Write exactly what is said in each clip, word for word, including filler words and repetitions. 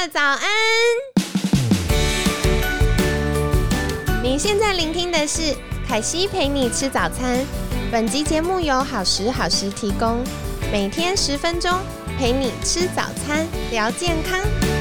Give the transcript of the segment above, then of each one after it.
家早安！你现在聆听的是凯西陪你吃早餐。本集节目由好时好时提供，每天十分钟陪你吃早餐，聊健康。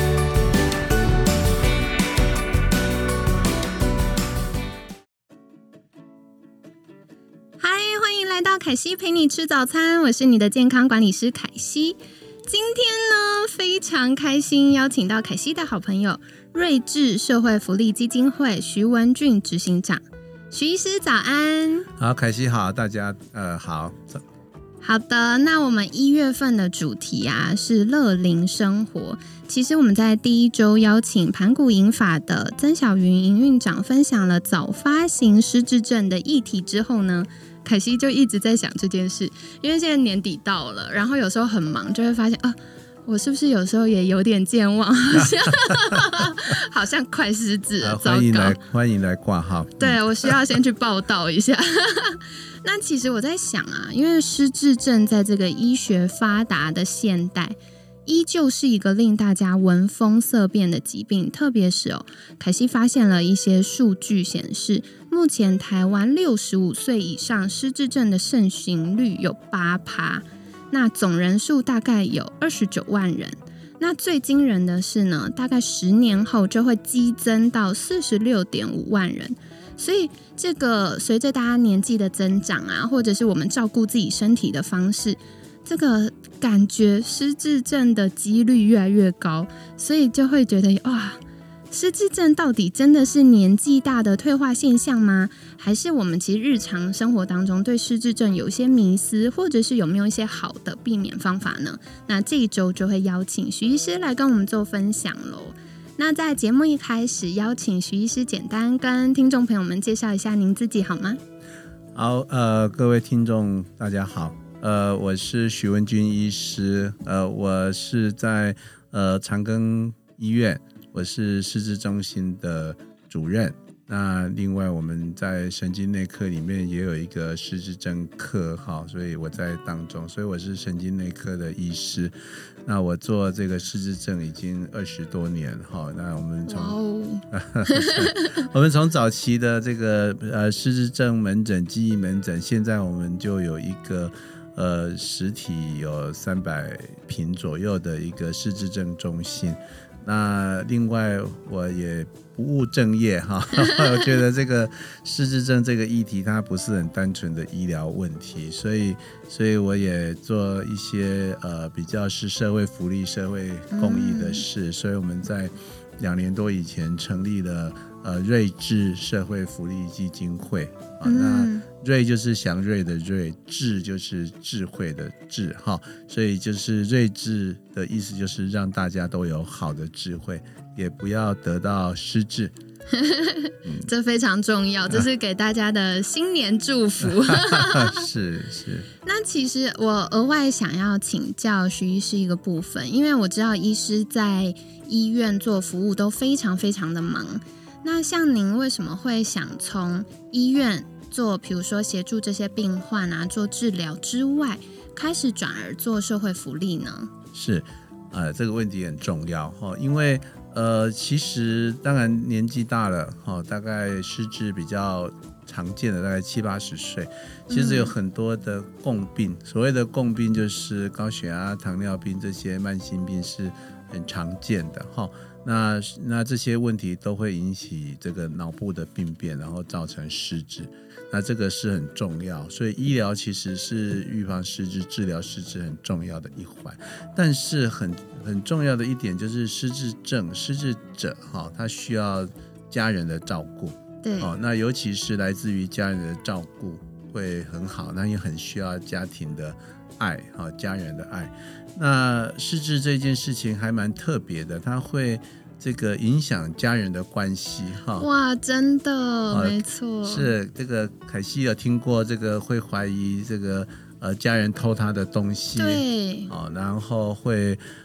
嗨，欢迎来到凯西陪你吃早餐，我是你的健康管理师凯西。今天呢，非常开心邀请到凯西的好朋友瑞智社会福利基金会徐文俊执行长。徐医师早安。 好，凯西好，大家呃好。 好的，那我们一月份的主题啊是乐龄生活。其实我们在第一周邀请盘古银发的曾小云营运长分享了早发型失智症的议题之后呢，凯西就一直在想这件事，因为现在年底到了，然后有时候很忙，就会发现啊，我是不是有时候也有点健忘，好像好像快失智了， 欢迎来欢迎来挂号。 对，我需要先去报道一下。那其实我在想啊，因为失智症在这个医学发达的现代，依旧是一个令大家闻风色变的疾病，特别是哦，凯西发现了一些数据显示，目前台湾六十五岁以上失智症的盛行率有 百分之八， 那总人数大概有二十九万人。那最惊人的是呢，大概十年后就会激增到四十六点五万人。所以这个随着大家年纪的增长啊，或者是我们照顾自己身体的方式，这个感觉失智症的几率越来越高，所以就会觉得哇，失智症到底真的是年纪大的退化现象吗？还是我们其实日常生活当中对失智症有些迷思，或者是有没有一些好的避免方法呢？那这一周就会邀请徐医师来跟我们做分享咯。那在节目一开始，邀请徐医师简单跟听众朋友们介绍一下您自己好吗？ 好，呃，各位听众大家好，呃，我是徐文俊医师，呃，我是在呃长庚医院，我是失智中心的主任。那另外我们在神经内科里面也有一个失智症科，所以我在当中，所以我是神经内科的医师。那我做这个失智症已经二十多年，那我们从、哦、我们从早期的这个呃失智症门诊、记忆门诊，现在我们就有一个呃实体有三百坪左右的一个失智症中心。那另外我也不务正业哈，我觉得这个失智症这个议题它不是很单纯的医疗问题，所以所以我也做一些呃比较是社会福利、社会公益的事，嗯、所以我们在两年多以前成立了呃瑞智社会福利基金会啊，嗯、那瑞就是祥瑞的瑞，智就是智慧的智哈，所以就是瑞智的意思就是让大家都有好的智慧，也不要得到失智。 嗯、这非常重要，这是给大家的新年祝福。 是是。 那其实我额外想要请教徐医师一个部分，因为我知道医师在医院做服务都非常非常的忙。那像您为什么会想从医院做，比如说协助这些病患啊做治疗之外，开始转而做社会福利呢？ 是，呃，这个问题很重要，因为呃，其实当然年纪大了，大概失智比较常见的大概七八十岁，其实有很多的共病，嗯、所谓的共病就是高血压、糖尿病这些慢性病是很常见的哈。那那这些问题都会引起这个脑部的病变，然后造成失智。那这个是很重要，所以医疗其实是预防失智、治疗失智很重要的一环。但是很很重要的一点就是失智症、失智者哈，他需要家人的照顾。 对， 哦，那尤其是来自于家人的照顾会很好，那也很需要家庭的爱，哦、家人的爱。那失智这件事情还蛮特别的，它会这个影响家人的关系哈。 哇，真的，哦、没错， 是这个凯西有听过这个会怀疑这个呃家人偷他的东西， 对， 哦，然后会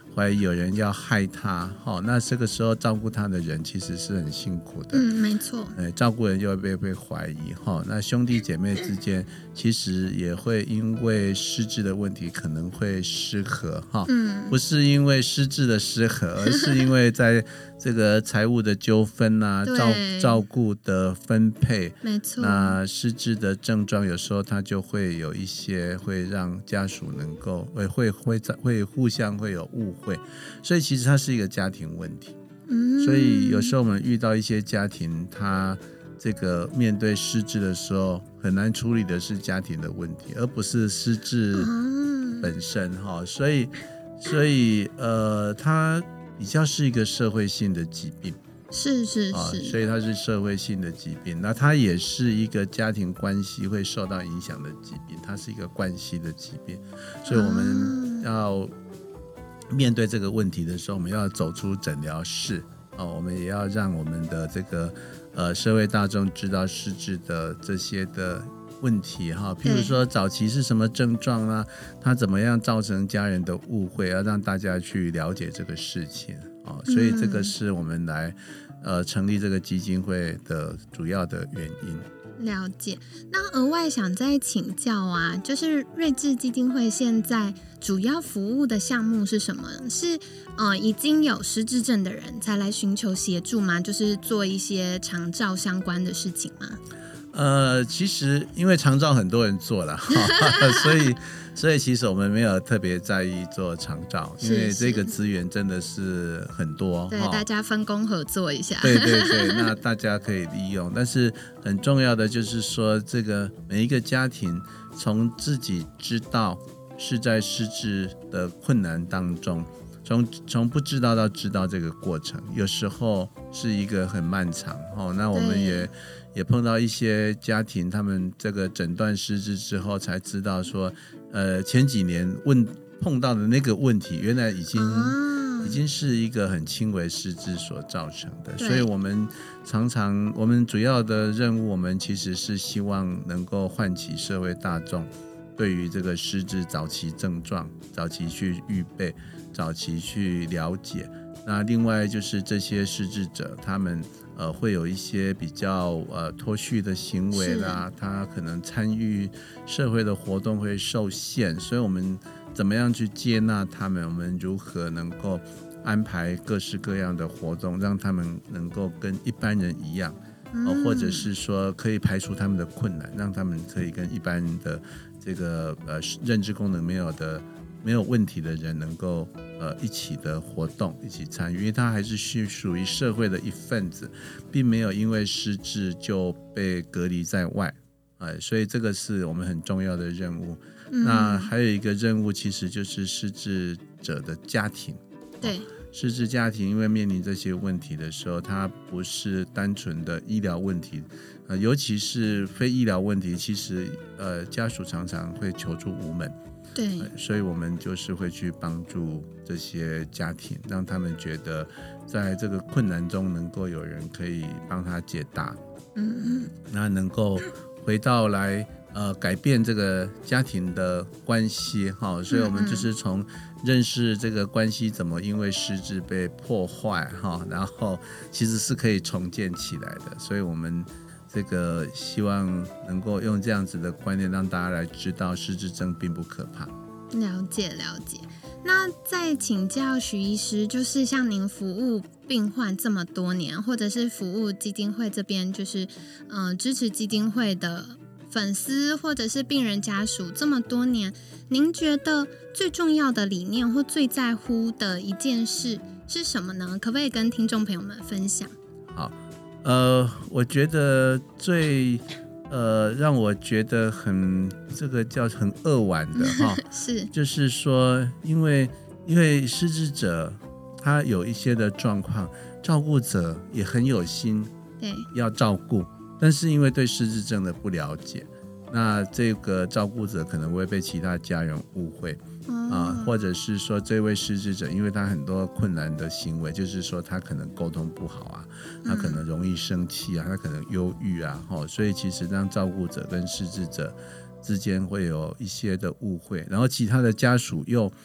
怀疑有人要害他，哦，那这个时候照顾他的人其实是很辛苦的， 嗯，没错， 哎，照顾人就会被被怀疑，哦，那兄弟姐妹之间其实也会因为失智的问题可能会失和，哦，嗯，不是因为失智的失和，而是因为在这个财务的纠纷啊，照照顾的分配， 没错， 那失智的症状有时候它就会有一些会让家属能够会会会会互相会有误会，所以其实它是一个家庭问题。嗯，所以有时候我们遇到一些家庭，他这个面对失智的时候，很难处理的是家庭的问题，而不是失智本身哈。所以，所以呃，它比较是一个社会性的疾病， 是是是，啊， 所以它是社会性的疾病。那它也是一个家庭关系会受到影响的疾病，它是一个关系的疾病，所以我们要面对这个问题的时候，我们要走出诊疗室，哦，我们也要让我们的这个呃社会大众知道失智的这些的问题哈，譬如说早期是什么症状啊，它怎么样造成家人的误会，要让大家去了解这个事情，哦，所以这个是我们来呃成立这个基金会的主要的原因。 了解。那额外想再请教啊，就是瑞智基金会现在主要服务的项目是什么？是呃已经有失智症的人才来寻求协助吗？就是做一些长照相关的事情吗？ 呃，其实因为长照很多人做了，所以所以其实我们没有特别在意做长照，因为这个资源真的是很多， 对，大家分工合作一下， 对对对，那大家可以利用。但是很重要的就是说，这个每一个家庭从自己知道是在失智的困难当中，从从不知道到知道这个过程，有时候是一个很漫长，哦，那我们也也碰到一些家庭，他们这个诊断失智之后才知道说，呃，前几年问碰到的那个问题，原来已经、啊、已经是一个很轻微失智所造成的。所以我们常常，我们主要的任务，我们其实是希望能够唤起社会大众对于这个失智早期症状，早期去预备，早期去了解。那另外就是这些失智者，他们呃会有一些比较呃脱序的行为啦，他可能参与社会的活动会受限，所以我们怎么样去接纳他们？我们如何能够安排各式各样的活动，让他们能够跟一般人一样，嗯呃、或者是说可以排除他们的困难，让他们可以跟一般人的这个呃认知功能没有的没有问题的人能够呃一起的活动，一起参与，因为他还是属于社会的一份子，并没有因为失智就被隔离在外，呃、所以这个是我们很重要的任务。嗯、那还有一个任务，其实就是失智者的家庭。 对。哦， 失智家庭因为面临这些问题的时候，它不是单纯的医疗问题，呃、尤其是非医疗问题，其实呃家属常常会求助无门。 对， 所以我们就是会去帮助这些家庭，让他们觉得在这个困难中能够有人可以帮他解答，嗯嗯，那能够回到来呃改变这个家庭的关系哈，所以我们就是从认识这个关系怎么因为失智被破坏哈，然后其实是可以重建起来的，所以我们这个希望能够用这样子的观念让大家来知道失智症并不可怕。 了解了解。那再请教许医师，就是像您服务病患这么多年，或者是服务基金会这边，就是嗯、呃、支持基金会的粉丝或者是病人家属这么多年，您觉得最重要的理念或最在乎的一件事是什么呢？可不可以跟听众朋友们分享？ 好，呃，我觉得最呃让我觉得很这个叫很扼腕的哈， 是就是说，因为因为失智者他有一些的状况，照顾者也很有心， 对， 要照顾，但是因为对失智症的不了解，那这个照顾者可能会被其他家人误会。啊，或者是说这位失智者因为他很多困难的行为，就是说他可能沟通不好啊，他可能容易生气啊，他可能忧郁啊，所以其实让照顾者跟失智者之间会有一些的误会，然后其他的家属又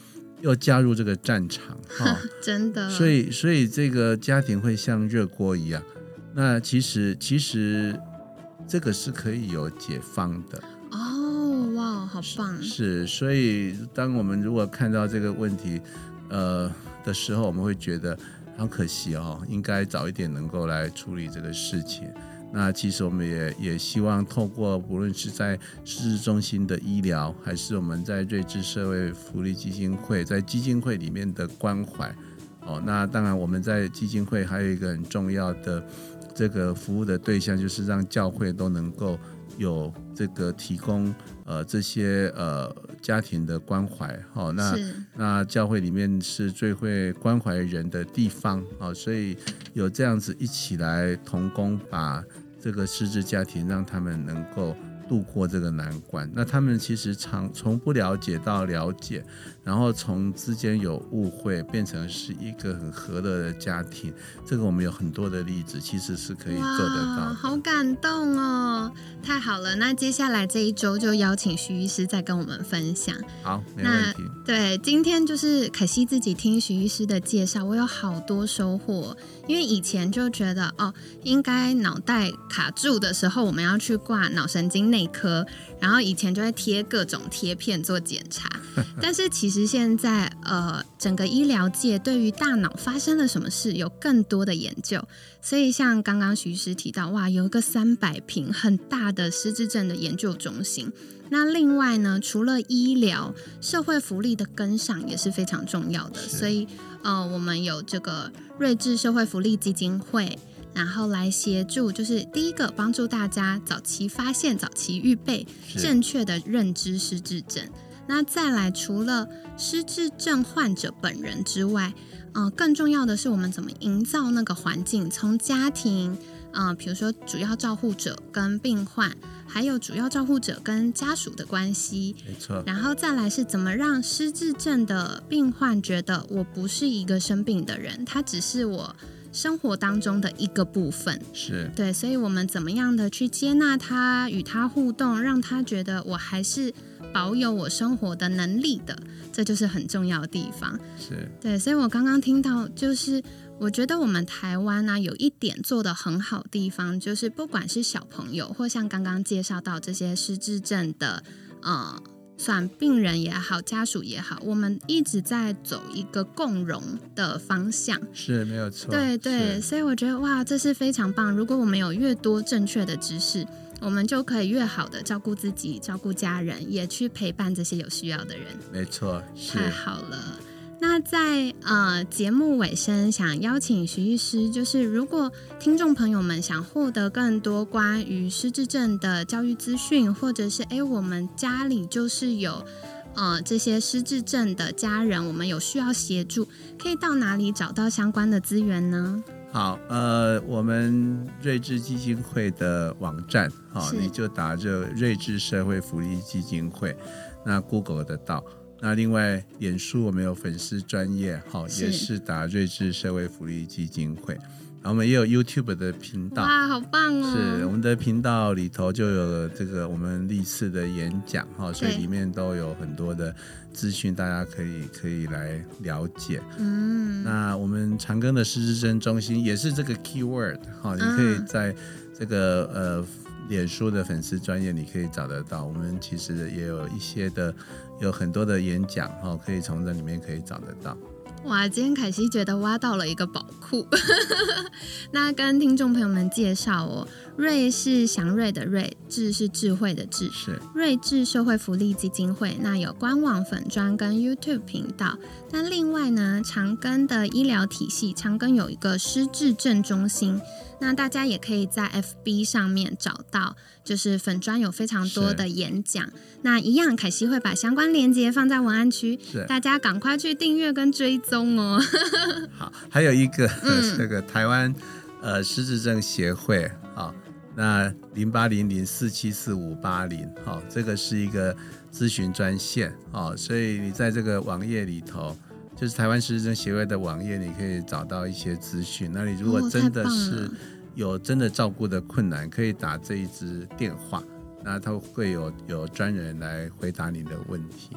又加入这个战场，哦、 真的， 所以所以这个家庭会像热锅一样。那其实其实这个是可以有解放的。 哦，哇，好棒！ 是，所以当我们如果看到这个问题，呃的时候，我们会觉得好可惜哦，应该早一点能够来处理这个事情。那其实我们也也希望透过不论是在失智中心的医疗，还是我们在瑞智社会福利基金会在基金会里面的关怀，哦，那当然我们在基金会还有一个很重要的这个服务的对象，就是让教会都能够有这个提供呃这些呃家庭的关怀，哦，那那教会里面是最会关怀人的地方，哦，所以有这样子一起来同工，把这个失智家庭让他们能够度过这个难关。那他们其实常从不了解到了解，然后从之间有误会变成是一个很和乐的家庭，这个我们有很多的例子，其实是可以做得到的。 好感动哦，太好了！那接下来这一周就邀请徐医师再跟我们分享。 好，没问题。 对，今天就是可惜自己听徐医师的介绍，我有好多收获。因为以前就觉得哦，应该脑袋卡住的时候，我们要去挂脑神经内科，然后以前就会贴各种贴片做检查。但是其实现在呃，整个医疗界对于大脑发生了什么事有更多的研究，所以像刚刚徐医师提到，哇，有一个三百坪很大的失智症的研究中心。那另外呢，除了医疗，社会福利的跟上也是非常重要的，所以呃，我们有这个瑞智社会福利基金会，然后来协助，就是第一个帮助大家早期发现、早期预备、正确的认知失智症。那再来，除了失智症患者本人之外，呃，更重要的是我们怎么营造那个环境，从家庭，呃，比如说主要照护者跟病患，还有主要照护者跟家属的关系， 没错。然后再来是怎么让失智症的病患觉得我不是一个生病的人，他只是我生活当中的一个部分。 是， 对，所以我们怎么样的去接纳他，与他互动，让他觉得我还是保有我生活的能力的，这就是很重要的地方。 是， 对，所以我刚刚听到，就是我觉得我们台湾呢、啊、有一点做得很好的地方，就是不管是小朋友，或像刚刚介绍到这些失智症的呃，算病人也好，家属也好，我们一直在走一个共融的方向， 是没有错。 对对，所以我觉得哇，这是非常棒。如果我们有越多正确的知识，我们就可以越好的照顾自己，照顾家人，也去陪伴这些有需要的人。 没错， 太好了。那在呃节目尾声，想邀请徐医师，就是如果听众朋友们想获得更多关于失智症的教育资讯，或者是哎我们家里就是有呃这些失智症的家人，我们有需要协助，可以到哪里找到相关的资源呢？ 好，呃，我们瑞智基金会的网站，哦，你就打这瑞智社会福利基金会，那 Google 得到。那另外，脸书我们有粉丝专页，好，也是打瑞智社会福利基金会。然后我们也有 YouTube 的频道， 哇，好棒哦！ 是我们的频道里头就有这个我们历次的演讲，哈，所以里面都有很多的资讯，大家可以可以来了解。嗯，那我们长庚的失智症中心也是这个 keyword， 哈，你可以在这个呃脸书的粉丝专页你可以找得到。我们其实也有一些的，有很多的演讲，哈，可以从这里面可以找得到。 哇，今天凯西觉得挖到了一个宝库。那跟听众朋友们介绍哦，瑞是祥瑞的瑞，智是智慧的智， 是瑞智社会福利基金会。那有官网粉专跟 YouTube 频道。那另外呢，长庚的医疗体系，长庚有一个失智症中心。那大家也可以在 F B 上面找到，就是粉专有非常多的演讲。那一样，凯西会把相关连结放在文案区，大家赶快去订阅跟追踪哦。 好，还有一个、嗯、这个台湾呃失智症协会，好，那零八零零四七四五八零，好，这个是一个咨询专线，好，所以你在这个网页里头。就是台湾失智症协会的网页，你可以找到一些资讯。那你如果真的是有真的照顾的困难，可以打这一支电话，那他会有有专人来回答你的问题。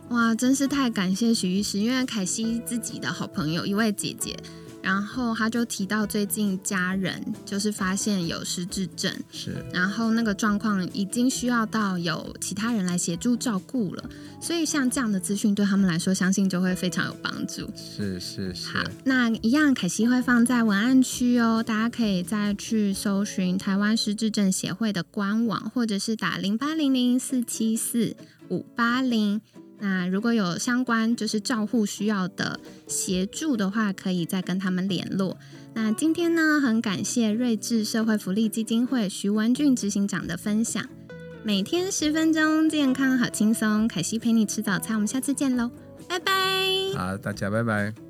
哇，真是太感谢许医师，因为凯西自己的好朋友一位姐姐，然后他就提到最近家人就是发现有失智症， 是， 然后那个状况已经需要到有其他人来协助照顾了，所以像这样的资讯对他们来说，相信就会非常有帮助。 是是是。 好，那一样凯西会放在文案区哦，大家可以再去搜寻台湾失智症协会的官网，或者是打零八零零四七四五八零。那如果有相关就是照护需要的协助的话，可以再跟他们联络。那今天呢，很感谢瑞智社会福利基金会徐文俊执行长的分享。每天十分钟，健康好轻松，凯西陪你吃早餐，我们下次见喽，拜拜。 好，大家拜拜。